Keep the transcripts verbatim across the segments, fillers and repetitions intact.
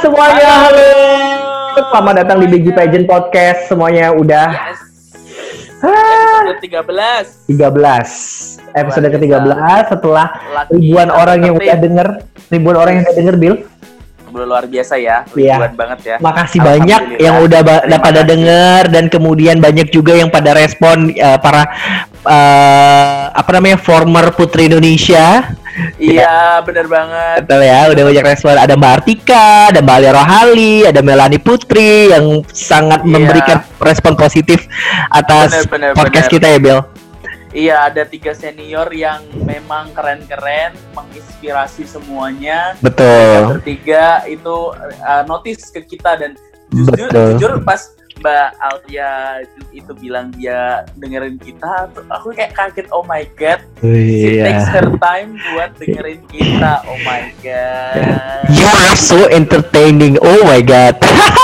semuanya, halo. Selamat datang di B G Pageant Podcast. Semuanya udah Yes. Episode tiga belas. tiga belas. Episode ke tiga belas setelah Lagi ribuan orang yang tertib. udah denger, ribuan orang yang udah denger, Bill. Luar biasa ya, Iya. ribuan banget ya. Makasih banyak yang udah ba- Terima pada kasih. denger, dan kemudian banyak juga yang pada respon, uh, para uh, apa namanya former Putri Indonesia. Iya, benar banget. Betul ya, udah banyak respon. Ada Mbak Artika, ada Mbak Alia Rohali, ada Melanie Putri yang sangat Iya. memberikan respon positif atas Bener, bener, podcast bener. kita ya, Bill. Iya, ada tiga senior yang memang keren-keren, menginspirasi semuanya. Betul. Bertiga itu uh, notice ke kita, dan jujur, Betul. jujur pas Mbak Alia itu bilang dia dengerin kita, tuh aku kayak kaget. Oh my god, she takes Iya. her time buat dengerin kita. Oh my god. You are so entertaining. Oh my god.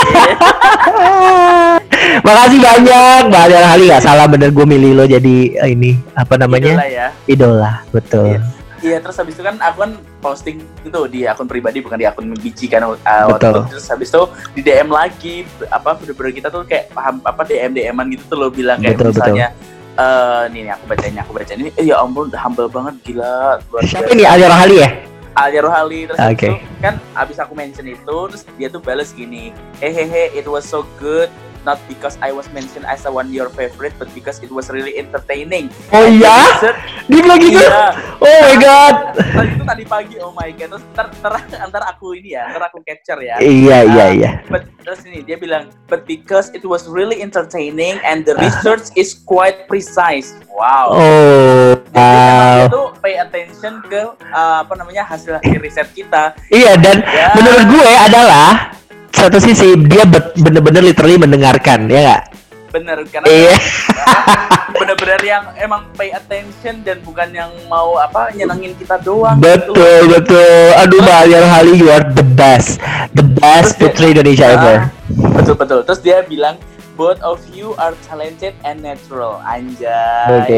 Makasih banyak, Mbak Alia Rohali. Gak salah, bener gue milih lo jadi uh, ini apa namanya? Idola ya. Idola, betul. Iya. Iya, terus habis itu kan aku kan posting gitu di akun pribadi, bukan di akun biji kan, uh, waktu Betul. itu. Terus habis itu di D M lagi, apa bener-bener kita tuh kayak paham apa D M D M-an gitu tuh, lo bilang kayak Betul, misalnya eh nih, nih aku bacain, aku bacain ini, eh, ya ampun humble banget, gila, luar Siapa biasa. ini, Alia Rohali ya? Alia Rohali. Terus habis Oke. itu kan abis aku mention itu, terus dia tuh balas gini, hehehe, it was so good, not because I was mentioned as a one your favorite, but because it was really entertaining. Oh And iya? the dessert- Dia bilang gitu? Iya. Oh my god. Tadi itu tadi pagi, oh my god. Terus ntar, ntar, ntar aku ini ya, ntar aku capture ya. Iya, iya, Ah, iya. But, terus ini dia bilang, but because it was really entertaining and the research is quite precise. Wow. Oh, Jadi memang dia wow. tuh pay attention ke uh, apa namanya hasil hasil riset kita. Iya, dan Ya. menurut gue adalah satu sisi dia bet- bener-bener literally mendengarkan, ya nggak? Bener, karena Iya. bener-bener yang emang pay attention dan bukan yang mau apa nyenengin kita doang. Betul, betul. Aduh, Mbak Alia Rohali, you are the best, the best Terus dia- Putri Indonesia Ah, ever. Betul betul. Terus dia bilang, both of you are talented and natural. Anjay. Oke.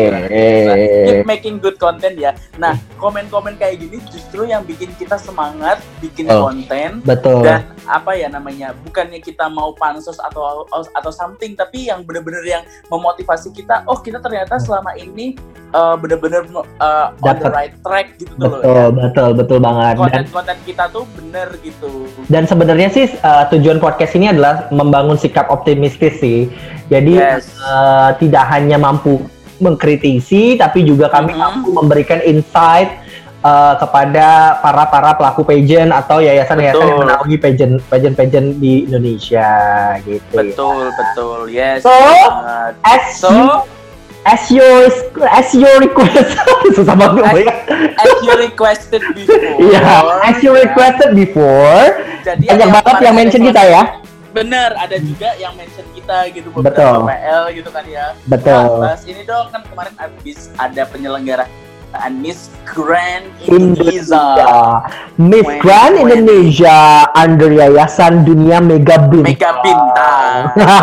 Keep making good content ya. Nah, komen-komen kayak gini justru yang bikin kita semangat bikin Oh. konten. Betul. Dan apa ya namanya, bukannya kita mau pansos atau atau something, tapi yang bener-bener yang memotivasi kita. Oh, kita ternyata selama ini uh, bener-bener uh, on the Dapet. right track gitu tuh loh Betul, ya. betul, betul banget. Dan, Konten-konten kita tuh bener gitu. dan sebenarnya sih uh, tujuan podcast ini adalah membangun sikap optimistis sih. Jadi Yes. uh, tidak hanya mampu mengkritisi, tapi juga kami Mhm. mampu memberikan insight uh, kepada para para pelaku pageant atau yayasan-yayasan Betul. yang menaungi pageant pageant-pageant di Indonesia gitu. ya. Betul, betul. Yes. So, banget. As So, you, as your as your request, susah banget As- ngomongnya. as you requested before. Iya, as you requested before, Jadi banyak ada banget yang kemarin mention ada kita ya. Bener, ada juga yang mention kita gitu, Betul. beberapa P L gitu kan ya. Betul. Nah, bahas ini dong, kan kemarin habis ada penyelenggaraan Miss Grand Indonesia. Indonesia, Miss When- Grand when- Indonesia under Yayasan Dunia Mega Bintang. Mega Bintang.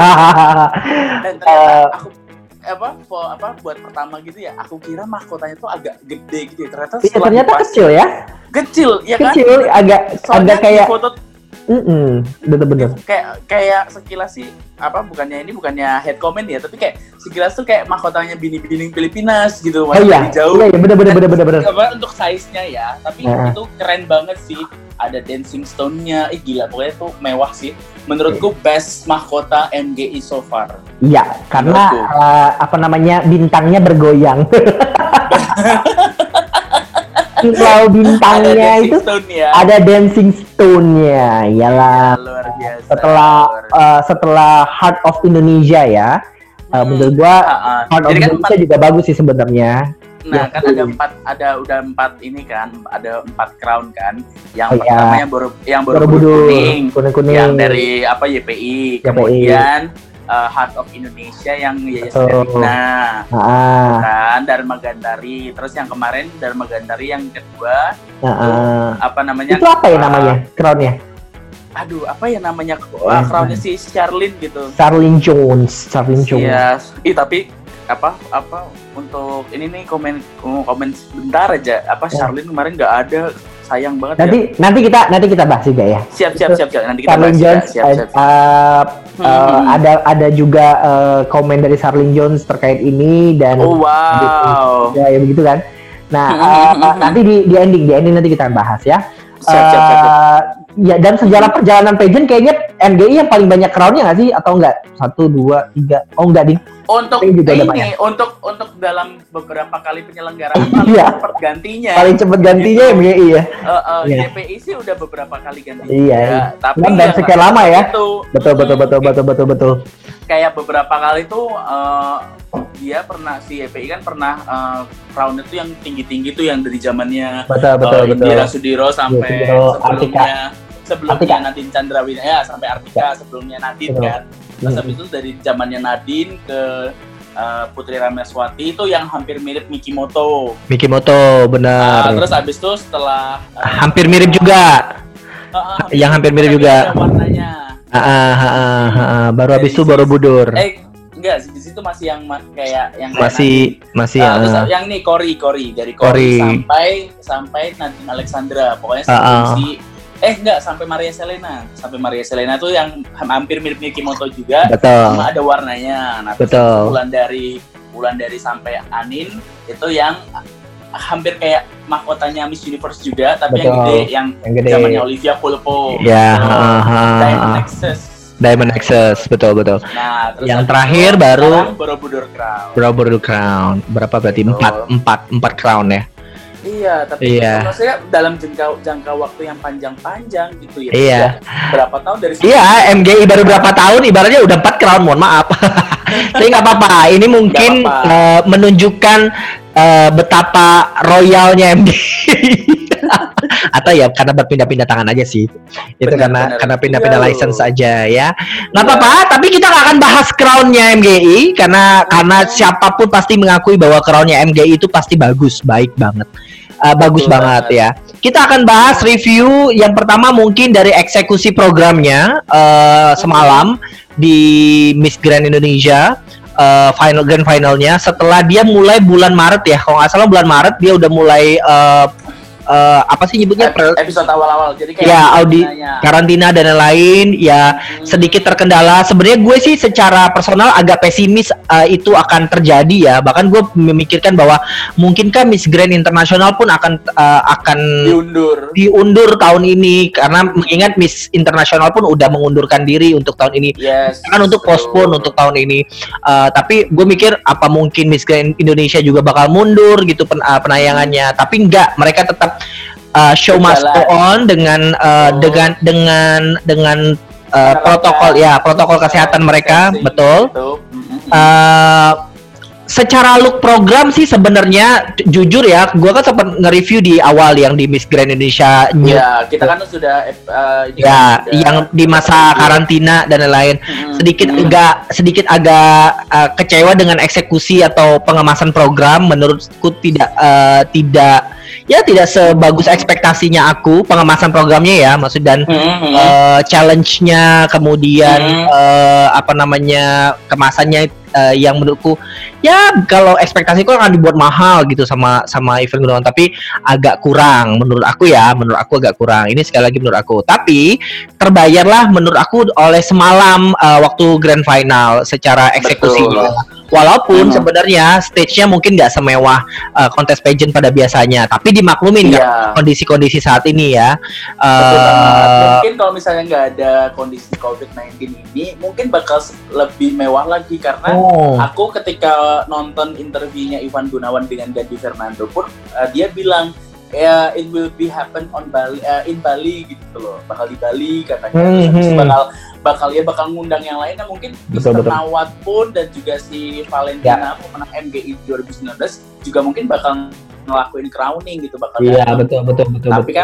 Dan ternyata Eh, aku apa for, apa buat pertama gitu ya, aku kira mahkotanya tuh agak gede gitu ya. Ternyata Iya, setelah ternyata dipas- kecil ya, Kecil, ya kan? kecil, agak Soalnya agak kayak, di foto mm bener-bener. kayak kayak sekilas sih, apa bukannya ini bukannya head comment ya, tapi kayak sekilas tuh kayak mahkotanya bini-bini Filipinas gitu, Oh warna iya, dari jauh. iya, iya, bener-bener, bener-bener. Apa, untuk size-nya ya, tapi Nah. itu keren banget sih. Ada dancing stone-nya, ih gila, pokoknya tuh mewah sih. Menurutku best mahkota M G I so far. Iya, karena Menurutku. eh, apa namanya bintangnya bergoyang. Kalau Ada bintangnya dancing itu stone ya. ada dancing stone-nya, iyalah. Luar biasa. Setelah luar eh, setelah Heart of Indonesia ya, eh, Hmm. menurut gua Ah, ah. Heart of Jadi kan Indonesia juga bagus sih sebenarnya. Nah, Ya, kan betul. ada empat, ada udah empat ini kan, ada empat crown kan. Yang Oh, iya. pertama yang baru, yang baru Borobudur, kuning, kuning-kuning. yang dari apa Y P I, Y P I. kemudian uh, Heart of Indonesia yang Yayasan Betul. Erina, Ah, kan Dharma Gandari. Terus yang kemarin Dharma Gandari yang kedua, ah, ah. apa namanya? Itu apa ya uh, namanya? Crown-nya? Aduh, apa ya namanya? Uh, crownnya si Charlene gitu. Charlene Jones, Charlene Jones. Iya, ih tapi apa apa untuk ini nih komen komen sebentar aja, apa Ya. Charlene kemarin nggak ada sayang banget nanti ya. nanti kita nanti kita bahas juga ya. Siap siap siap siap nanti kita Charlene bahas Jones, ya. Siap siap. Uh, uh, Hmm. ada ada juga uh, komen dari Charlene Jones terkait ini dan Oh wow. ya, ya begitu kan. Nah Hmm, uh, hmm, uh, hmm, nanti di di ending di ending nanti kita bahas ya. Siap, siap, siap, siap. Uh, ya dan sejarah perjalanan pageant kayaknya M G I yang paling banyak crownnya nggak sih atau enggak? Satu dua tiga oh enggak ding. Untuk Ini juga ada ini banyak. untuk untuk dalam beberapa kali penyelenggaraan paling Iya. cepat gantinya. Paling cepet gantinya M G I ya. Uh, uh, Iya. J P I sih udah beberapa kali ganti. Iya, juga, iya. Tapi Dan- dan ya sekian nggak lama ya. itu. Betul betul Hmm, betul betul betul betul. Kayak beberapa kali tuh uh, dia pernah si J P I kan pernah uh, crown itu yang tinggi-tinggi tuh yang dari zamannya Betul betul uh, betul. Indira Sudiro sampai Sudiro, sebelumnya sebelumnya Artika. Nadine Chandrawinata ya sampai Artika sebelumnya Nadine Betul. kan. Terus Hmm. habis itu dari zamannya Nadine ke uh, Putri Rameswati itu yang hampir mirip Mikimoto. Mikimoto Uh, benar. terus habis itu setelah uh, hampir mirip juga. uh, uh, Yang hampir mirip tapi juga. ada warnanya. Ah, ah, ah, ah, ah. Baru Dari habis itu sisi- baru budur. Eh enggak di situ masih yang ma- kayak yang kayak Masih masih Nadine. Ah, terus ah. yang nih Kori Kori dari Kori. Kori sampai sampai Nadine Alexandra pokoknya Ah, sebelum ah. si eh enggak sampai Maria Selena sampai Maria Selena tuh yang hampir mirip Mikimoto juga Betul. sama ada warnanya. Nah, terus Betul. bulan dari bulan dari sampai Anin itu yang hampir kayak mahkotanya Miss Universe juga tapi yang Betul. gede yang Yang gede. zamannya Olivia Culpo. Ya, Gitu. ah, ah, Diamond ah. Nexus. Diamond Access, betul betul. Nah, terus Yang habis terakhir itu baru- sekarang Borobudur Crown. Borobudur Crown. Berapa berarti? Betul. Empat, empat, empat crown ya. Iya, tapi Iya. maksudnya dalam jangka jangka waktu yang panjang-panjang gitu ya. Iya. Sudah berapa tahun dari Iya, M G I baru berapa tahun, ibaratnya udah empat crown, mohon maaf. Tapi nggak apa-apa, ini mungkin Nggak apa-apa. eh, menunjukkan eh, betapa royalnya M G I. Atau ya karena berpindah-pindah tangan aja sih. Itu Benar, karena benar. karena pindah-pindah Iya, license loh. aja ya. Nggak Iya. apa-apa, tapi kita nggak akan bahas crownnya M G I karena karena siapapun pasti mengakui bahwa crownnya M G I itu pasti bagus, baik banget. Eh, bagus Betul banget banget. ya. Kita akan bahas review yang pertama mungkin dari eksekusi programnya eh, semalam di Miss Grand Indonesia eh, final grand finalnya setelah dia mulai bulan Maret ya. Kalau nggak salah bulan Maret dia udah mulai eh, eh, apa sih nyebutnya? Pre- episode awal-awal. Jadi kayak ya audi karantinanya. karantina dan lain-lain ya Hmm. sedikit terkendala. Sebenarnya gue sih secara personal agak pesimis uh, itu akan terjadi ya. Bahkan gue memikirkan bahwa mungkinkah Miss Grand Internasional pun akan uh, akan diundur. diundur tahun ini karena mengingat Miss Internasional pun udah mengundurkan diri untuk tahun ini. Yes. Kan untuk postpone untuk tahun ini. Uh, tapi gue mikir apa mungkin Miss Grand Indonesia juga bakal mundur gitu pen- uh, penayangannya. Tapi enggak, mereka tetap uh, show must go on dengan uh, Oh. dengan dengan dengan uh, protokol ya protokol kesehatan mereka Distancing betul. gitu. Mm-mm. Uh, secara look program sih sebenarnya ju- jujur ya, gua kan sempat nge-review di awal yang di Miss Grand Indonesia New. Ya, kita kan sudah uh, ini Ya, kan sudah- yang di masa karantina dan lain-lain. Mm-mm. Sedikit Mm-mm. agak sedikit agak uh, kecewa dengan eksekusi atau pengemasan program. Menurutku tidak uh, tidak ya tidak sebagus ekspektasinya aku pengemasan programnya ya, maksud dan Mm-mm. uh, challenge-nya kemudian Hmm. uh, apa namanya kemasannya uh, yang menurutku ya kalau ekspektasiku akan dibuat mahal gitu sama sama event Gunawan, tapi agak kurang menurut aku ya, menurut aku agak kurang. Ini sekali lagi menurut aku, tapi terbayarlah menurut aku oleh semalam uh, waktu grand final secara eksekusinya. Walaupun Hmm. sebenarnya stage-nya mungkin nggak semewah uh, kontes pageant pada biasanya, tapi dimaklumin Iya. kan kondisi-kondisi saat ini ya. Betul banget. Uh, Mungkin kalau misalnya nggak ada kondisi covid sembilan belas ini, mungkin bakal se- lebih mewah lagi karena oh. aku ketika nonton interviewnya Ivan Gunawan dengan Gandhi Fernando pun uh, dia bilang ya it will be happen on Bali uh, in Bali gitu loh, bakal di Bali katanya. Terus habis itu Hmm. bakal bakal ya bakal ngundang yang lainnya mungkin Betul, Mister betul. Nawat pun dan juga si Valentina pemenang M G I dua ribu sembilan belas juga mungkin bakal ngelakuin crowning gitu bakal Iya datang. betul betul betul. Tapi betul. kan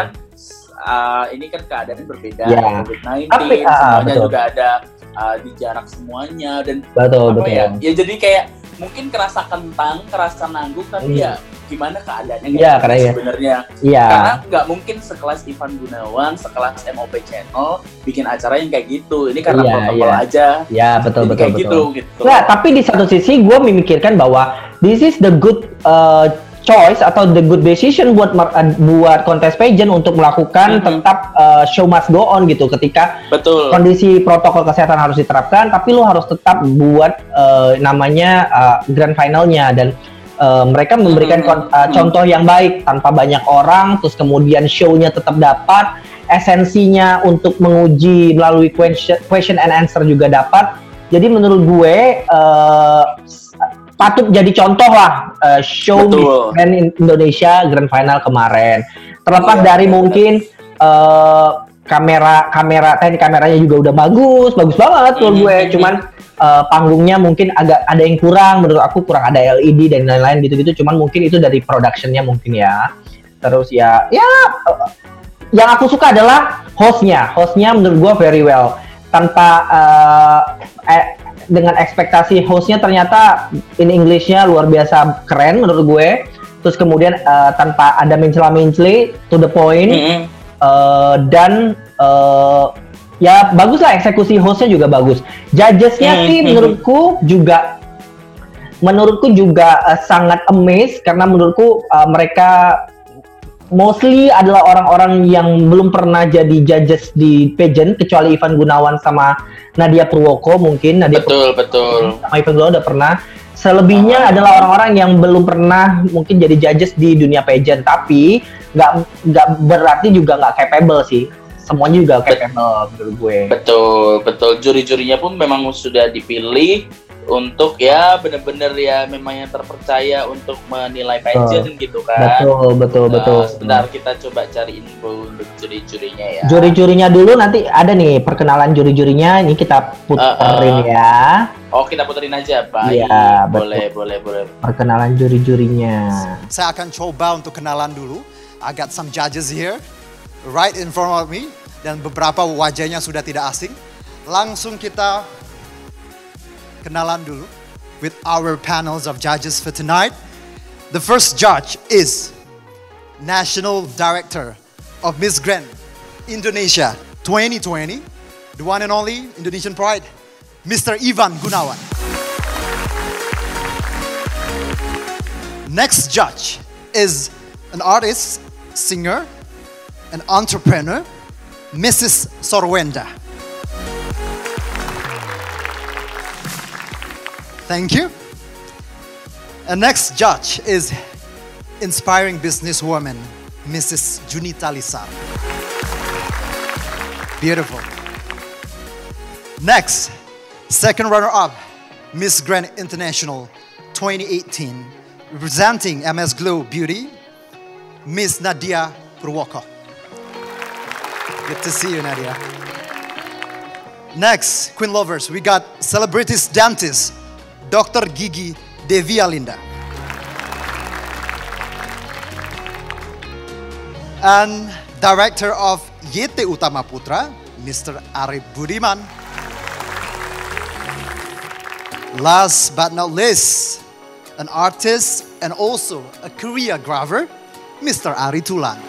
uh, ini kan keadaan berbeda, Ya. covid sembilan belas, Tapi, ah, semuanya betul. juga ada uh, di jarak semuanya dan betul apa betul. ya? Ya jadi kayak mungkin kerasa kentang, kerasa nanggung, tapi Hmm. ya gimana keadaannya Iya, karena ya. sebenarnya. Iya. Karena nggak mungkin sekelas Ivan Gunawan, sekelas M O P Channel bikin acara yang kayak gitu. Ini karena Iya, protokol iya. aja. Ya betul Jadi betul kayak betul. gitu gitu. Nah, tapi di satu sisi gue memikirkan bahwa this is the good uh, choice atau the good decision buat buat kontes pageant untuk melakukan mm-hmm. tetap uh, show must go on gitu ketika Betul. kondisi protokol kesehatan harus diterapkan, tapi lu harus tetap buat uh, namanya uh, grand finalnya dan uh, mereka memberikan mm-hmm. kon- uh, contoh yang baik tanpa banyak orang, terus kemudian show-nya tetap dapat, esensinya untuk menguji melalui question, question and answer juga dapat. Jadi menurut gue uh, patut jadi contoh lah uh, show Miss Grand Indonesia Grand Final kemarin. Terlepas iya, dari iya, mungkin uh, kamera kamera teknik kameranya juga udah bagus, bagus banget menurut gue. Cuman uh, panggungnya mungkin agak ada yang kurang, menurut aku kurang ada L E D dan lain-lain gitu-gitu. Cuman mungkin itu dari productionnya mungkin ya. Terus ya, ya uh, yang aku suka adalah hostnya. Hostnya menurut gue very well. Tanpa uh, eh, dengan ekspektasi hostnya ternyata in English-nya luar biasa keren menurut gue. Terus kemudian uh, tanpa ada mencela-menceli, to the point. Mm-hmm. uh, dan uh, ya bagus lah, eksekusi hostnya juga bagus. Judges-nya mm-hmm. sih menurutku juga menurutku juga uh, sangat amazed karena menurutku uh, mereka mostly adalah orang-orang yang belum pernah jadi judges di pageant kecuali Ivan Gunawan sama Nadia Purwoko mungkin. Nadia betul, Purwoko, betul. Sama Ivan Gunawan udah pernah. Selebihnya oh. adalah orang-orang yang belum pernah mungkin jadi judges di dunia pageant, tapi nggak nggak berarti juga nggak capable sih. Semuanya juga capable menurut gue. Betul, betul. Juri-jurinya pun memang sudah dipilih untuk ya benar-benar ya memang yang terpercaya untuk menilai pageant oh, gitu kan. Betul, betul, nah, betul. Sebentar kita coba cari info untuk juri-jurinya ya. Juri-jurinya dulu nanti ada nih perkenalan juri-jurinya, ini kita puterin uh, uh. ya. Oh, kita puterin aja, Pak. Iya, boleh, boleh, boleh. Perkenalan juri-jurinya. Saya akan coba untuk kenalan dulu. I got some judges here, right in front of me, dan beberapa wajahnya sudah tidak asing. Langsung kita kenalan dulu with our panels of judges for tonight. The first judge is National Director of Miss Grand Indonesia twenty twenty, the one and only Indonesian Pride, Mister Ivan Gunawan. Next judge is an artist, singer, an entrepreneur, Missus Sorwenda. Thank you. And next judge is inspiring businesswoman, Missus Junita Lisar. Beautiful. Next, second runner-up, Miss Grand International twenty eighteen, representing M S Glow Beauty, Miss Nadia Purwoko. Good to see you, Nadia. Next, Queen Lovers, we got celebrities dentist, Doctor Gigi Devialinda. And Director of Y T Utama Putra, Mister Arif Budiman. Last but not least, an artist and also a choreographer, Mister Ari Tulan.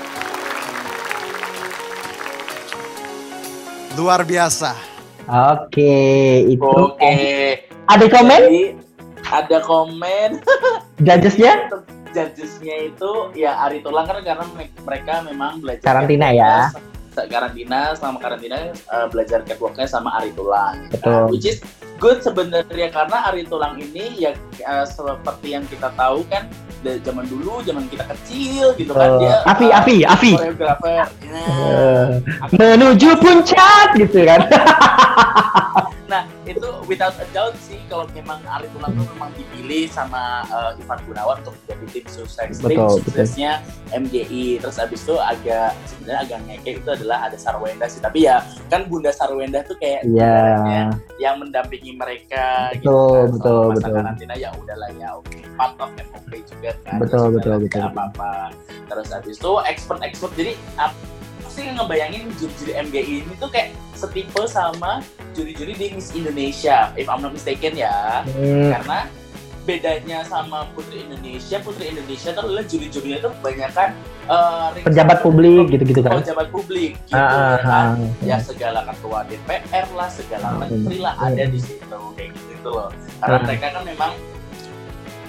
Luar biasa. Oke, itu. Oke. Ada komen? Jadi, ada komen. Judgesnya? Judgesnya itu ya Ari Tulang kan karena mereka memang belajar karantina ya. Karantina selama karantina uh, belajar catwalknya sama Ari Tulang. Betul. Uh, which is good sebenarnya karena Ari Tulang ini ya uh, seperti yang kita tahu kan dari zaman dulu, zaman kita kecil gitu kan, dia Afi, uh, Afi, Afi. Koreografer. Nah, uh, menuju puncak gitu kan. Nah, itu without a doubt sih kalau memang Ari Tulang tuh memang dipilih sama uh, Ivan Gunawan untuk jadi tim sukses, tim suksesnya M G I. Terus abis itu agak sebenarnya agak ngekek itu adalah ada Sarwenda sih, tapi ya kan Bunda Sarwenda tuh kayak yeah. yang mendampingi mereka betul, gitu kan, betul, masa betul. karantina ya udahlah ya oke, okay. Part of and oke okay juga kan. Betul, betul, betul. Apa-apa. Terus abis itu expert-expert jadi apa sih ngebayangin juri-juri M G I ini tuh kayak setipe sama juri-juri di Miss Indonesia, if I'm not mistaken ya. Hmm. Karena bedanya sama Putri Indonesia, Putri Indonesia itu adalah juri-jurinya tuh kebanyakan uh, pejabat publik gitu-gitu kan. Pejabat publik gitu ah, kan. Ah, ya segala ketua D P R lah, segala menteri lah ada di situ kayak gitu loh. Karena ah. mereka kan memang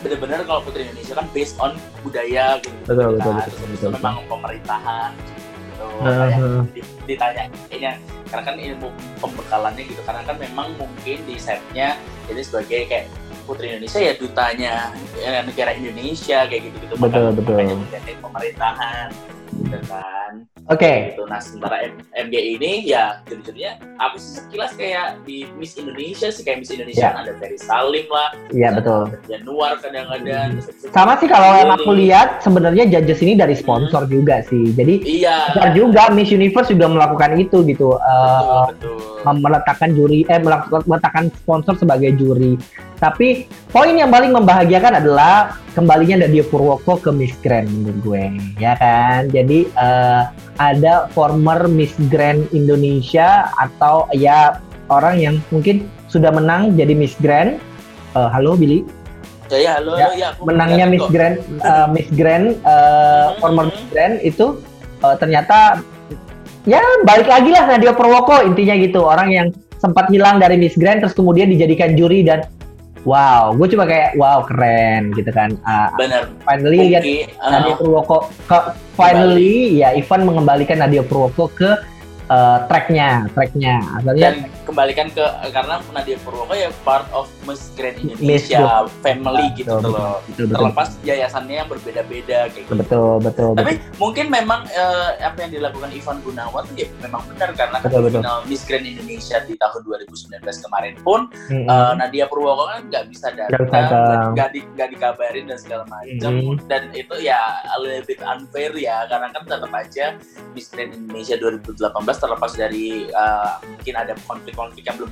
benar-benar kalau Putri Indonesia kan based on budaya gitu. Betul, gitu betul, kan. betul, Terus betul, memang pemerintahan gitu. Uh-huh. Kayak ditanya ini karena kan ilmu pembekalannya gitu. Karena kan memang mungkin di setnya jadi sebagai kayak Putri Indonesia ya dutanya ya, negara Indonesia kayak gitu-gitu. Betul, Makanya, betul. makanya menjadi pemerintahan gitu kan. Oke. Okay. Gitu. Nah sementara M- MGI ini ya jujurnya aku sih sekilas kayak di Miss Indonesia sih kayak Miss Indonesia Yeah. ada Ferry Salim lah. Iya, betul. Januar kadang-kadang. Hmm. Sama sih kalau yang aku lihat sebenarnya judges ini dari sponsor hmm. juga sih. Jadi iya. Sponsor juga Miss Universe juga melakukan itu gitu. Uh, betul, betul. Meletakkan juri eh meletakkan sponsor sebagai juri. Tapi poin yang paling membahagiakan adalah kembalinya Nadia Purwoko ke Miss Grand menurut gue, ya kan? Jadi uh, ada former Miss Grand Indonesia atau ya orang yang mungkin sudah menang jadi Miss Grand. Uh, halo Billy. Ya, ya halo, ya, ya, aku menangnya Miss kok. Grand, uh, Miss Grand, uh, former Miss Grand itu uh, ternyata ya balik lagi lah Nadia Purwoko intinya gitu, orang yang sempat hilang dari Miss Grand terus kemudian dijadikan juri dan wow, gue cuma kayak wow keren gitu kan. Uh, Bener. Finally lihat okay. uh, Nadia Purwoko ke finally kembali. Ya Ivan mengembalikan Nadia Purwoko ke uh, tracknya, tracknya. Asalnya dan kembalikan ke karena Nadia Purwoko ya part of Miss Grand Indonesia Miss family betul, gitu betul, loh. Betul, betul, terlepas betul. Yayasannya yang berbeda-beda kayak gitu. Betul, betul. Tapi betul. mungkin memang uh, apa yang dilakukan Ivan Gunawan ya memang benar karena betul, kan betul. final Miss Grand Indonesia di tahun dua ribu sembilan belas kemarin pun mm-hmm. uh, Nadia Purwoko kan nggak bisa datang, nggak di, nggak dikabarin dan segala macam mm-hmm. dan itu ya a little bit unfair ya karena kan tetap aja Miss Grand Indonesia dua ribu delapan belas terlepas dari uh, mungkin ada konflik-konflik yang belum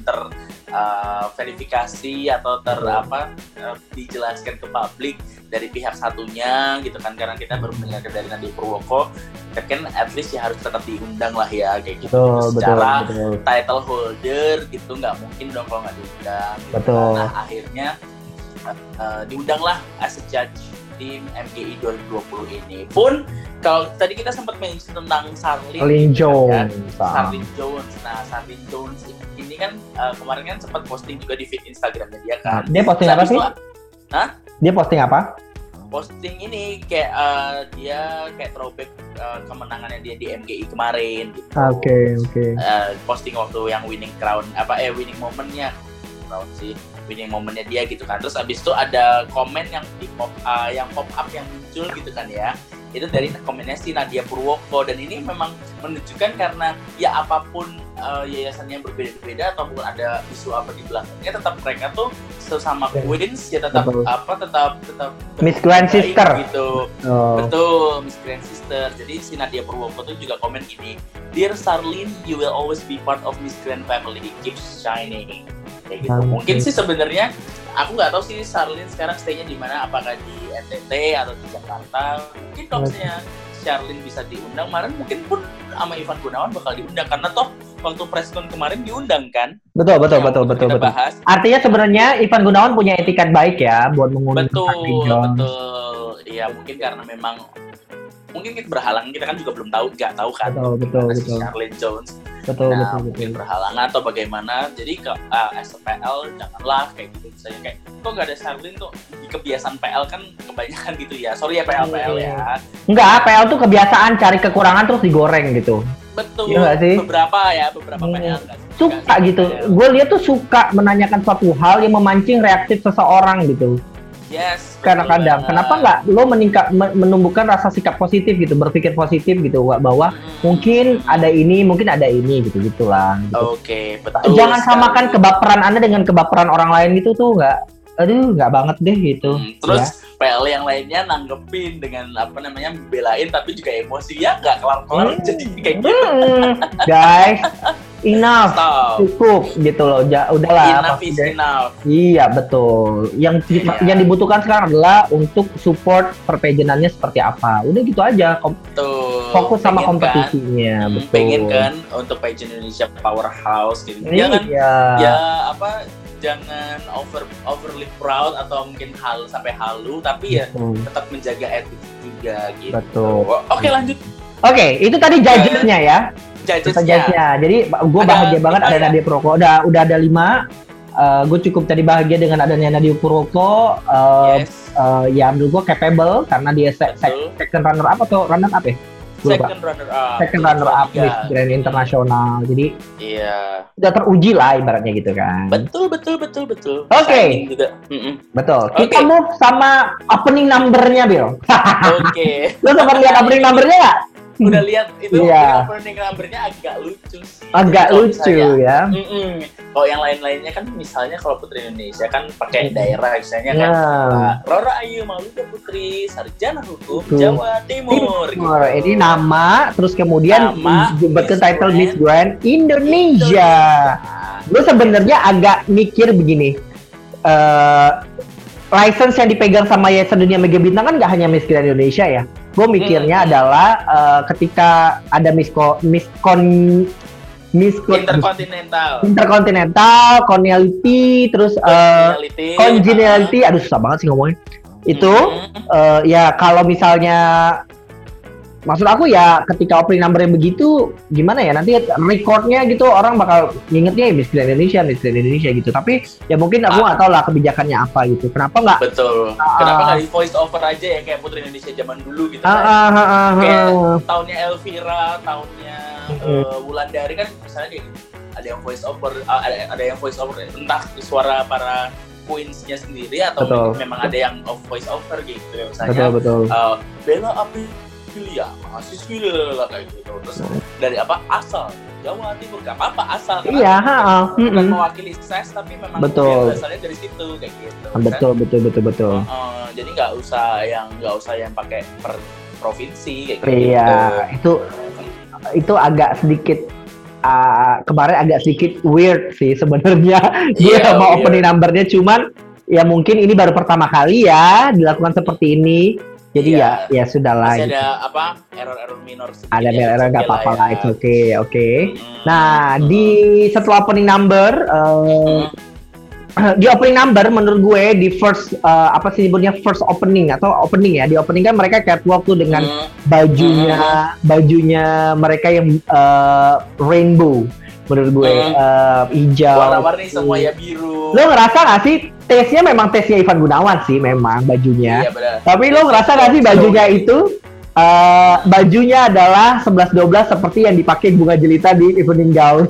terverifikasi uh, atau ter apa uh, dijelaskan ke publik dari pihak satunya gitu kan karena kita baru mendengar dari Nadia Purwoko kan at least ya harus tetap diundang lah ya kayak gitu betul, secara betul, betul. title holder gitu nggak mungkin dong kalau nggak diundang gitu. Betul. Nah akhirnya uh, uh, diundang lah as a judge tim M G I dua ribu dua puluh ini pun kalau tadi kita sempat mention tentang Sarlin Sarlin Jones kan? Sarlin Jones nah Sarlin Jones ini kan uh, kemarin kan sempat posting juga di feed Instagramnya dia kan dia posting apa sih? Hah? Dia posting apa? Posting ini kayak uh, dia kayak throwback uh, kemenangannya dia di M G I kemarin gitu. Oke okay, oke. Okay. Uh, posting waktu yang winning crown apa eh winning momennya crown sih winning momennya dia gitu kan. Terus abis itu ada komen yang di pop uh, yang pop up yang muncul gitu kan ya. Itu dari komennya si Nadia Purwoko dan ini memang menunjukkan karena ya apapun uh, yayasannya berbeda-beda ataupun ada isu apa di belakangnya tetap mereka tuh sesama queens ya tetap betul. apa tetap tetap Miss Grand Sister gitu. Oh. Betul, Miss Grand Sister. Jadi si Nadia Purwoko tuh juga komen gini, "Dear Sarlin, you will always be part of Miss Grand family. Keep shining." Kayak gitu. Okay. Mungkin sih sebenarnya aku nggak tahu sih Sarlin sekarang stay-nya di mana, apakah di N T T atau di Jakarta. Mungkin kalau misalnya Charlene bisa diundang, kemarin mungkin pun sama Ivan Gunawan bakal diundang karena toh waktu preskon kemarin diundang kan. Betul betul betul betul betul. Bahas. Artinya sebenarnya Ivan Gunawan punya etikat baik ya buat mengundang. Betul betul. Iya mungkin karena memang mungkin kita berhalangan, kita kan juga belum tahu, nggak tahu kan. Betul betul betul. Charlene Jones. Betul, nah, betul, mungkin betul. berhalangan atau bagaimana. Jadi ke uh, S P L janganlah kayak gitu. Misalnya kayak kok nggak ada Charlene tuh di kebiasaan P L kan kebanyakan gitu ya. Sorry ya P L P L ya. Enggak, P L tuh kebiasaan cari kekurangan terus digoreng gitu. Betul. Ya, sih? Beberapa ya, beberapa hmm. P L kan. Suka gitu. Gue lihat tuh suka menanyakan suatu hal yang memancing reaktif seseorang gitu. Yes. Kadang-kadang, kenapa nggak lo meningkat menumbuhkan rasa sikap positif gitu, berpikir positif gitu, bahwa hmm. mungkin ada ini, mungkin ada ini gitu gitulah. Gitu. Oke, okay, betul. Jangan sekali. Samakan kebaperan Anda dengan kebaperan orang lain gitu tuh nggak, aduh nggak banget deh gitu. Hmm, terus ya. P L yang lainnya nanggepin dengan apa namanya belain tapi juga emosi ya nggak kelar-kelar hmm. jadi kayak gitu. Hmm. Guys. Enough, Stop. Cukup gitu loh, ja, udahlah. Enough is enough. Iya betul. Yang yeah. yang dibutuhkan sekarang adalah untuk support perpajanannya seperti apa. Udah gitu aja. Kom- Tuh, fokus sama pengen kompetisinya. Kan? Betul. Pengen kan untuk pageant Indonesia powerhouse gitu. Iya. Jangan ya apa jangan over overly proud atau mungkin halu sampai halu, tapi ya betul. Tetap menjaga etik juga gitu. Betul. Oke okay, lanjut. Oke okay, itu tadi judgesnya ya. Judgesnya. Jadi gue bahagia banget ada Nadia Purwoko. Udah udah ada lima uh, gue cukup tadi bahagia dengan adanya Nadeo Purwoko. Uh, Yes. uh, ya menurut gue capable karena dia se- se- Betul. second runner up atau runner up ya? Gua lupa. Second runner up. Second Jadi runner up tiga. Miss Grand Internasional. Jadi Iya. udah teruji lah ibaratnya gitu kan. Betul, betul, betul, betul. Oke. Shining juga. Mm-mm. Betul. Kita Oke. move sama opening number-nya, Bill. Oke. Lo sempat lihat opening number-nya nggak? Udah lihat itu Iya. opening number-nya agak lucu sih. Agak Kalau lucu misalnya- ya. Mm-mm. Kalau yang lain-lainnya kan misalnya kalau Putri Indonesia kan pakai daerah misalnya kan. Nah, Uh, Rora Ayu Maulida Putri Sarjana Hukum Betul. Jawa Timur. Timur. Ini nama, terus kemudian Nama, jumpa ke Miss title Grand Miss Grand Indonesia. Nah, Gue sebenarnya agak mikir begini. eh license yang dipegang sama Yayasan Dunia Mega Bintang kan nggak hanya Miss Grand Indonesia ya. Gue mikirnya Hmm. adalah eh, ketika ada Miss Ko, Miss Kon Miss Kon- Interkontinental. Intercontinental, Congeniality, terus eh Congeniality. Congeniality, aduh susah banget sih ngomongnya. Itu Mm-mm. eh, ya kalau misalnya maksud aku ya ketika opening number-nya begitu gimana ya nanti recordnya gitu orang bakal ngingetnya ya Miss Grand Indonesia, Miss Grand Indonesia gitu. Tapi ya mungkin aku nggak tahu lah kebijakannya apa gitu. Kenapa nggak? Betul. Ah. Kenapa nggak di voice over aja ya kayak Putri Indonesia zaman dulu gitu Ah, kan? ah, ah, ah, Kayak ah. tahunnya Elvira, tahunnya uh, Wulandari kan misalnya kayak gitu. Ada yang voice over, uh, ada, ada yang voice over entah suara para queens-nya sendiri atau Betul. memang ada yang of voice over gitu ya. Misalnya Betul betul. uh, Bella Aprilia, mahasiswi lah kayak gitu. Terus dari apa asal Jawa Timur gak apa-apa asal. karena Iya, ha, ah, bukan mm-mm. mewakili ses tapi memang Betul. dia asalnya dari situ kayak gitu. kan. Betul betul betul betul. Uh, jadi nggak usah yang nggak usah yang pakai per provinsi kayak gitu. Iya, itu itu agak sedikit uh, kemarin agak sedikit weird sih sebenarnya. Dia Iya, mau weird. opening number-nya cuman ya mungkin ini baru pertama kali ya dilakukan seperti ini. Jadi Iya. ya ya sudahlah. Masih gitu. ada apa error-error minor sedikit. Ada ya, error nggak oke lah apa-apa lah, ya. itu oke oke. Mm. Nah Mm. di setelah opening number, uh, Mm. di opening number menurut gue di first uh, apa sih nyebutnya first opening atau opening ya di opening kan mereka catwalk tuh dengan Mm. bajunya bajunya mereka yang uh, rainbow menurut gue Hmm. uh, hijau. warna-warni semua ya biru. Lo ngerasa nggak sih taste-nya memang taste-nya Ivan Gunawan sih memang bajunya. Iya benar. Tapi lo ngerasa nggak sih bajunya itu uh, bajunya adalah sebelas dua belas seperti yang dipakai Bunga Jelita di evening gown.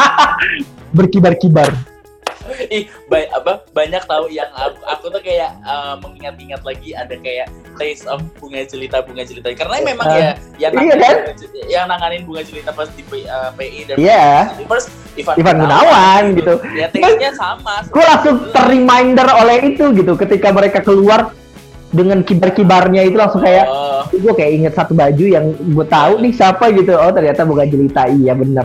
Berkibar-kibar. Ih, ba- apa banyak tahu yang aku, aku tuh kayak uh, mengingat-ingat lagi ada kayak taste of Bunga Jelita Bunga Jelita karena memang Uh, ya yang iya nanganin, kan? Bunga Jelita- yang nanganin Bunga Jelita pas di P- uh, P I dan Iya. Universe Ivan, Ivan Gunawan gitu. Ya taste-nya sama. Gue langsung ter-reminder oleh itu gitu ketika mereka keluar dengan kibar-kibarnya itu langsung kayak Oh, gue kayak inget satu baju yang gue tahu nih siapa gitu. Oh ternyata Bunga Jelita, iya bener.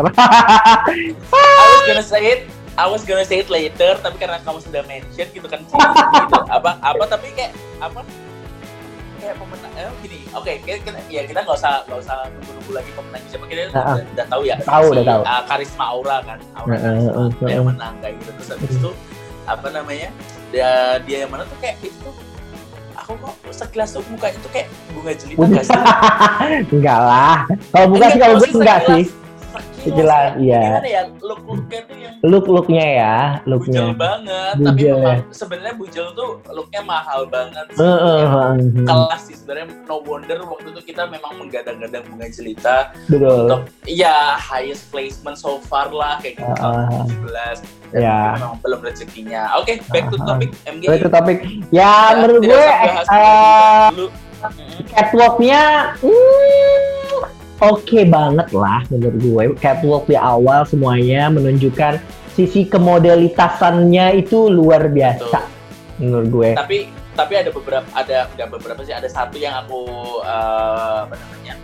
I was gonna say it I was gonna say it later tapi karena kamu sudah mention gitu kan gitu, apa apa tapi kayak apa kayak pemenang eh gini oke kita, kita ya kita nggak usah nggak usah nunggu-nunggu lagi pemenangnya siapa kita Nah, udah, udah tahu ya tahu, si, udah tahu. uh, Karisma Aura kan Aura Nah, Karisma uh, uh, yang uh. menang kayak gitu terus habis itu apa namanya dia dia yang mana tuh kayak itu aku kok sekilas tuh muka itu kayak Bunga Jelita nggak sih? Enggak lah. Kalau bukan sih kalau gue enggak sih. Sekilas, iya. Gimana ya look-looknya tuh yang Look-looknya ya, bujel looknya. banget, Bujel, tapi memang ya. sebenarnya bujel tuh looknya mahal banget sih. Heeh, heeh, heeh. Kelas sih sebenarnya no wonder waktu itu kita memang menggadang-gadang Bunga Jelita Betul. untuk ya highest placement so far lah kayak gitu Uh, tahun uh, dua ribu tujuh belas dan ya. memang belum rezekinya. Oke, back to Uh, uh. topic M G I. Itu topik. Ya, Ya, menurut tidak gue usah bahas eh, Bunga Jelita dulu. Mm-mm. catwalknya hmm, oke banget lah menurut gue. Catwalk di awal semuanya menunjukkan sisi kemodelitasannya itu luar biasa menurut gue. Tapi tapi ada beberapa ada nggak beberapa sih ada satu yang aku eh, apa namanya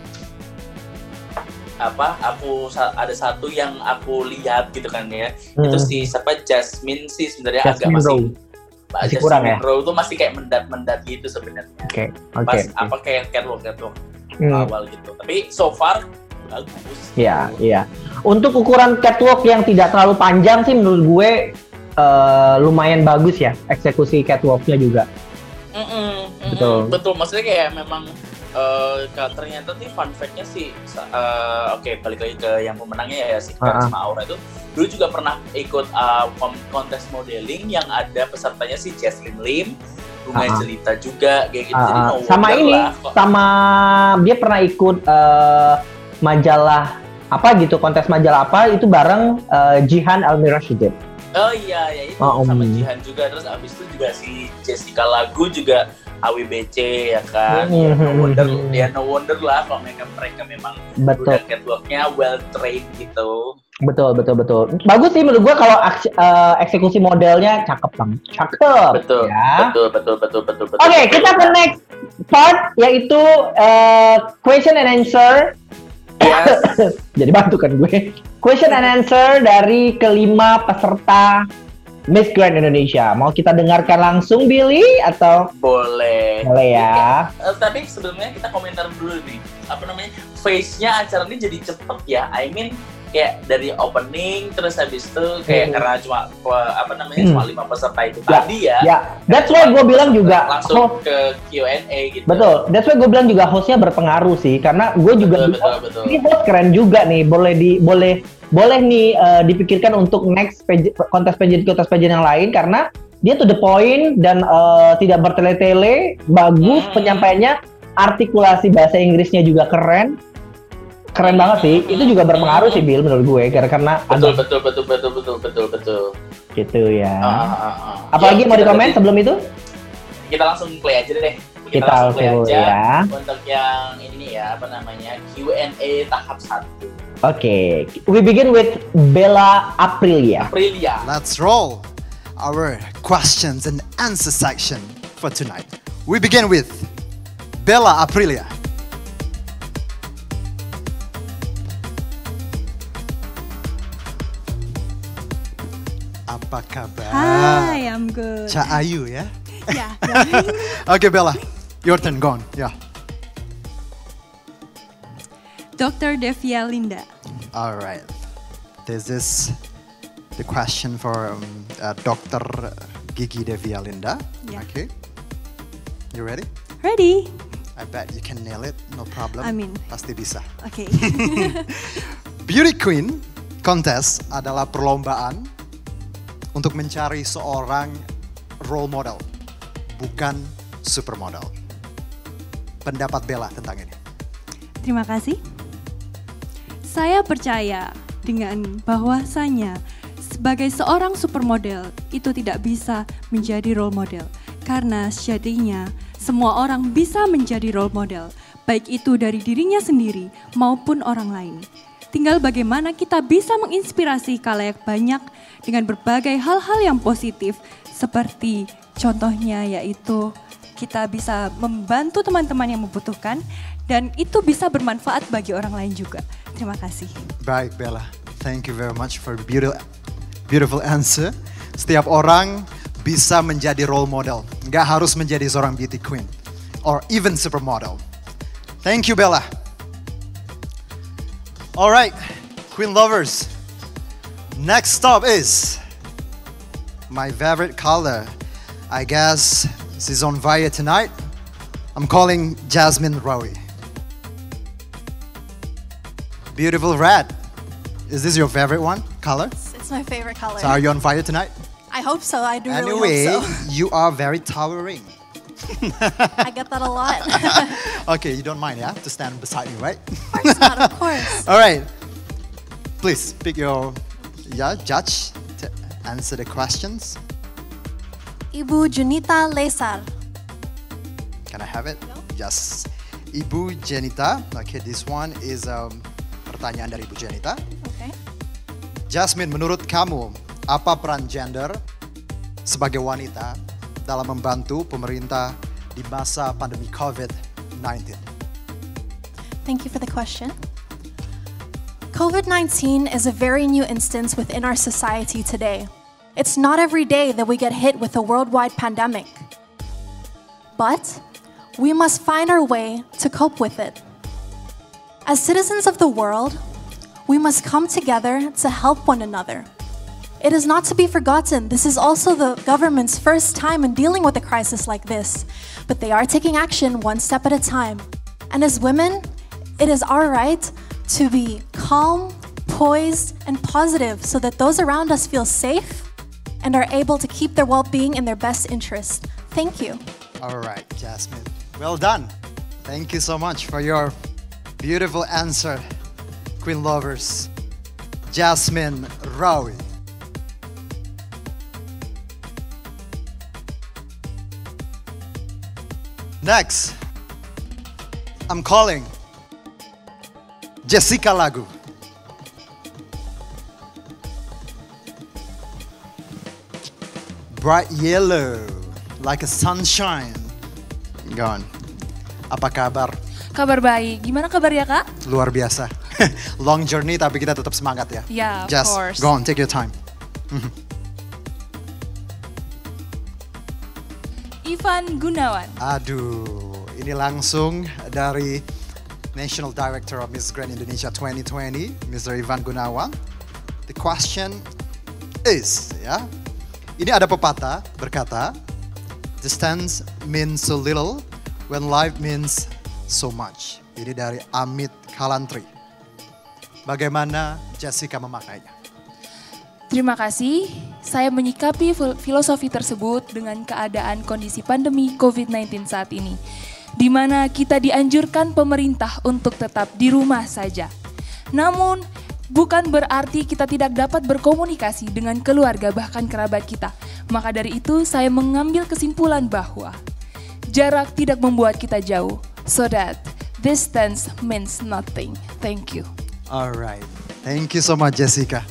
apa aku sa- ada satu yang aku lihat gitu kan ya itu Hmm. si siapa Jasmine sih sebenarnya agak Jasmine masih Rowe. Mbak Masih Jasmine kurang ya? Rowe tuh masih kayak mendat-mendat gitu sebenarnya Oke, pas oke. apa kayak catwalk catwalk Hmm. awal gitu tapi so far bagus Iya, iya. Untuk ukuran catwalk yang tidak terlalu panjang sih menurut gue eh, lumayan bagus ya eksekusi catwalknya juga. Mm-mm, mm-mm, Betul. betul maksudnya kayak memang Uh, ternyata nih fun fact-nya sih, uh, oke okay, balik lagi ke yang pemenangnya ya si uh-huh. sama Aura itu dulu juga pernah ikut uh, kontes modeling yang ada pesertanya si Jesslyn Lim, Bunga uh-huh. Jelita juga kayak gitu. Uh-huh. Jadi no sama ini, lah, sama dia pernah ikut uh, majalah apa gitu, kontes majalah apa itu bareng uh, Jihan Almirashidin. Oh iya, ya itu oh, sama um. Jihan juga. Terus abis itu juga si Jessica Lagu juga A W B C ya kan. Mm-hmm. Ya, no wonder, ya no wonder lah kalau mereka mereka memang betul. Udah catwalknya well trained gitu. Betul betul betul. Bagus sih menurut gua kalau aks- uh, eksekusi modelnya cakep banget. Cakep. Betul. Ya. Betul betul betul betul betul. Oke, okay, kita ke next part yaitu uh, question and answer. Yes. Jadi bantu kan gue. Question and answer dari kelima peserta Miss Grand Indonesia. Mau kita dengarkan langsung, Billy, atau? Boleh. Boleh ya. Uh, tapi sebelumnya kita komentar dulu nih. Apa namanya? Face-nya acara ini jadi cepet ya. I mean, kayak dari opening terus habis itu kayak hmm. karena cuma apa namanya hmm. cuma lima peserta itu ya, tadi ya. Ya. That's why gue bilang juga langsung host, ke Q and A gitu. Betul. That's why gue bilang juga hostnya berpengaruh sih, karena gue juga betul, betul, betul. Ini host keren juga nih. Boleh di boleh boleh nih uh, dipikirkan untuk next page, kontes pageant kontes pageant yang lain karena dia to the point dan uh, tidak bertele-tele, bagus hmm. penyampaiannya, artikulasi bahasa Inggrisnya juga keren. Keren banget sih, itu juga berpengaruh sih Bill menurut gue karena betul ada... betul betul betul betul betul betul gitu ya. Uh, uh, uh. Apalagi ya, mau dikomen sebelum itu? Kita langsung play aja deh. Kita, kita langsung play aja ya. Untuk yang ini ya apa namanya Q and A tahap satu. Oke, okay. We begin with Bella Aprilia. Aprilia. Let's roll our questions and answer section for tonight. We begin with Bella Aprilia. Apa kabar? Hi, I'm good. Ca Ayu ya? Yeah. Okay, Bella, your turn, go on. Yeah. Doctor Devia Linda. All right. This is the question for um, uh, Doctor Gigi Devia Linda. Yeah. Okay. You ready? Ready. I bet you can nail it, no problem. I mean. Pasti bisa. Okay. Beauty Queen Contest adalah perlombaan untuk mencari seorang role model, bukan supermodel. Pendapat Bella tentang ini? Terima kasih. Saya percaya dengan bahwasanya sebagai seorang supermodel itu tidak bisa menjadi role model. Karena sejatinya semua orang bisa menjadi role model, baik itu dari dirinya sendiri maupun orang lain. Tinggal bagaimana kita bisa menginspirasi khalayak banyak dengan berbagai hal-hal yang positif seperti contohnya yaitu kita bisa membantu teman-teman yang membutuhkan dan itu bisa bermanfaat bagi orang lain juga. Terima kasih. Baik Bella, thank you very much for beautiful beautiful answer. Setiap orang bisa menjadi role model, nggak harus menjadi seorang beauty queen or even supermodel. Thank you Bella. All right, Queen lovers. Next stop is my favorite color. I guess she's on fire tonight. I'm calling Jasmine Rowie. Beautiful red. Is this your favorite one, color? It's, it's my favorite color. So are you on fire tonight? I hope so. I do anyway, really hope so. You are very towering. I get that a lot. Okay, you don't mind, yeah, to stand beside me, right? Of course not, of course. All right, please pick your yeah judge to answer the questions. Ibu Junita Lesar. Can I have it? No. Yes, Ibu Jenita. Okay, this one is um, pertanyaan dari Ibu Jenita. Okay. Jasmine, menurut kamu apa peran gender sebagai wanita dalam membantu pemerintah di masa pandemi covid nineteen? Thank you for the question. covid nineteen is a very new instance within our society today. It's not every day that we get hit with a worldwide pandemic. But we must find our way to cope with it. As citizens of the world, we must come together to help one another. It is not to be forgotten, this is also the government's first time in dealing with a crisis like this, but they are taking action one step at a time. And as women, it is our right to be calm, poised, and positive so that those around us feel safe and are able to keep their well-being in their best interest. Thank you. All right, Jasmine. Well done. Thank you so much for your beautiful answer, Queen Lovers. Jasmine Rawi. Next, I'm calling Jessica Lagu. Bright yellow, like a sunshine. Go on. Apa kabar? Kabar baik. Gimana kabar ya, Kak? Luar biasa. Long journey tapi kita tetap semangat ya. Yeah, of Just course. go on, take your time. Ivan Gunawan. Aduh, ini langsung dari National Director of Miss Grand Indonesia twenty twenty, Mister Ivan Gunawan. The question is, ya, ini ada pepatah berkata, distance means so little when life means so much. Ini dari Amit Kalantri. Bagaimana Jessica memaknainya? Terima kasih. Saya menyikapi fil- filosofi tersebut dengan keadaan kondisi pandemi covid sembilan belas saat ini, di mana kita dianjurkan pemerintah untuk tetap di rumah saja. Namun, bukan berarti kita tidak dapat berkomunikasi dengan keluarga bahkan kerabat kita. Maka dari itu, saya mengambil kesimpulan bahwa jarak tidak membuat kita jauh, so that distance means nothing. Thank you. Alright, thank you so much Jessica.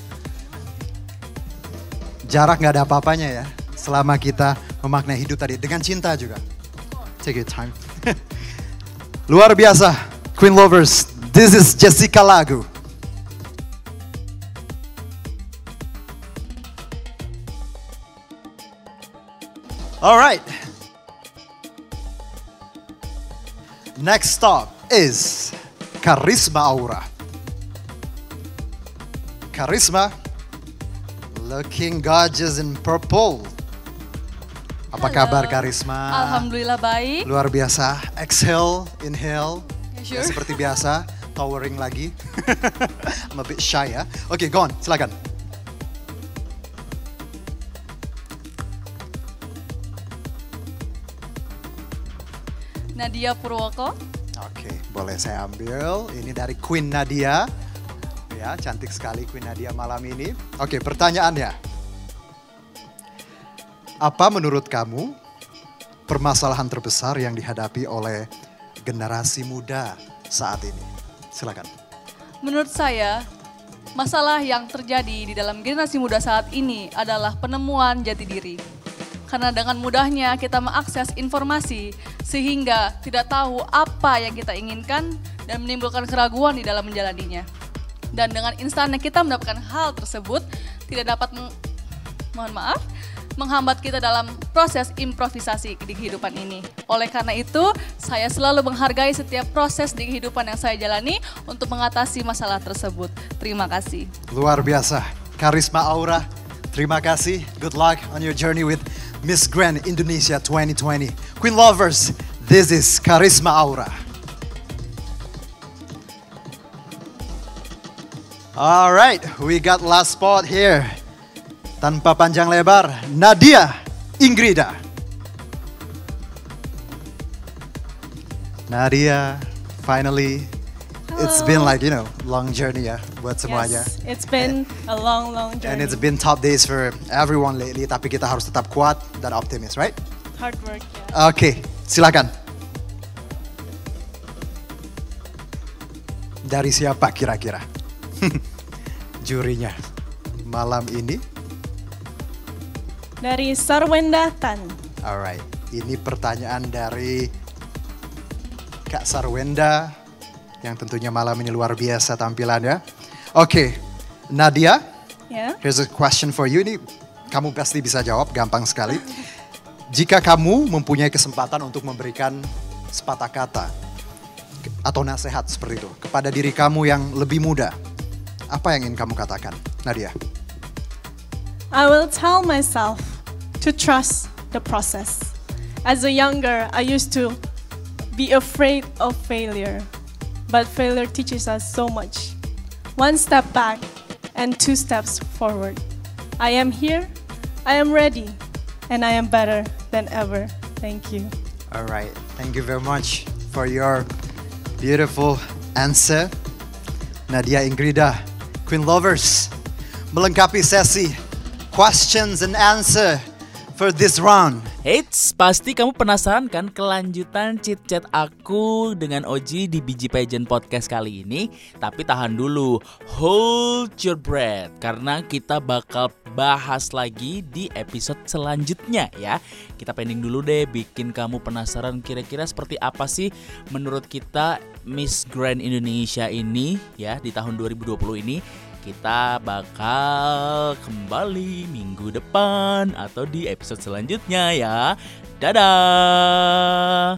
Jarak nggak ada apa-apanya ya, selama kita memaknai hidup tadi dengan cinta juga. Take your time. Luar biasa, Queen Lovers. This is Jessica Lagu. Alright. Next stop is Karisma Aura. Karisma, looking gorgeous in purple. Apa Halo. kabar Karisma? Alhamdulillah baik. Luar biasa. Exhale, inhale. Sure. Ya, seperti biasa, towering lagi. I'm a bit shy ya. Oke, okay, go on, silakan. Nadia Purwoko. Oke, boleh saya ambil. Ini dari Queen Nadia. Ya, cantik sekali Queen Nadia malam ini. Oke, pertanyaannya. Apa menurut kamu permasalahan terbesar yang dihadapi oleh generasi muda saat ini? Silakan. Menurut saya, masalah yang terjadi di dalam generasi muda saat ini adalah penemuan jati diri. Karena dengan mudahnya kita mengakses informasi sehingga tidak tahu apa yang kita inginkan dan menimbulkan keraguan di dalam menjalaninya. Dan dengan instannya kita mendapatkan hal tersebut tidak dapat, meng- mohon maaf, menghambat kita dalam proses improvisasi di kehidupan ini. Oleh karena itu, saya selalu menghargai setiap proses di kehidupan yang saya jalani untuk mengatasi masalah tersebut. Terima kasih. Luar biasa. Karisma Aura, terima kasih. Good luck on your journey with Miss Grand Indonesia twenty twenty. Queen Lovers, this is Karisma Aura. All right, we got last spot here. Tanpa panjang lebar, Nadia Ingrida. Nadia, finally, it's been like, you know, long journey ya buat semuanya. Yes, it's been a long, long journey. And it's been tough days for everyone lately, tapi kita harus tetap kuat dan optimis, right? Hard work, yeah. Oke, silakan. Dari siapa kira-kira? Jurinya malam ini? Dari Sarwenda Tan. Alright, ini pertanyaan dari Kak Sarwenda yang tentunya malam ini luar biasa tampilannya. Oke, Nadia, Yeah. here's a question for you. Ini kamu pasti bisa jawab, gampang sekali. Jika kamu mempunyai kesempatan untuk memberikan sepatah kata atau nasihat seperti itu kepada diri kamu yang lebih muda, apa yang ingin kamu katakan, Nadia? I will tell myself to trust the process. As a younger, I used to be afraid of failure, but failure teaches us so much. One step back and two steps forward. I am here, I am ready, and I am better than ever. Thank you. All right, thank you very much for your beautiful answer. Nadia Ingrida, Queen Lovers, melengkapi sesi questions and answer for this round. Eits, pasti kamu penasaran kan kelanjutan chit-chat aku dengan Oji di B G Pageant Podcast kali ini? Tapi tahan dulu, hold your breath, karena kita bakal bahas lagi di episode selanjutnya ya. Kita pending dulu deh, bikin kamu penasaran kira-kira seperti apa sih menurut kita Miss Grand Indonesia ini ya di tahun dua ribu dua puluh ini. Kita bakal kembali minggu depan atau di episode selanjutnya ya. Dadah!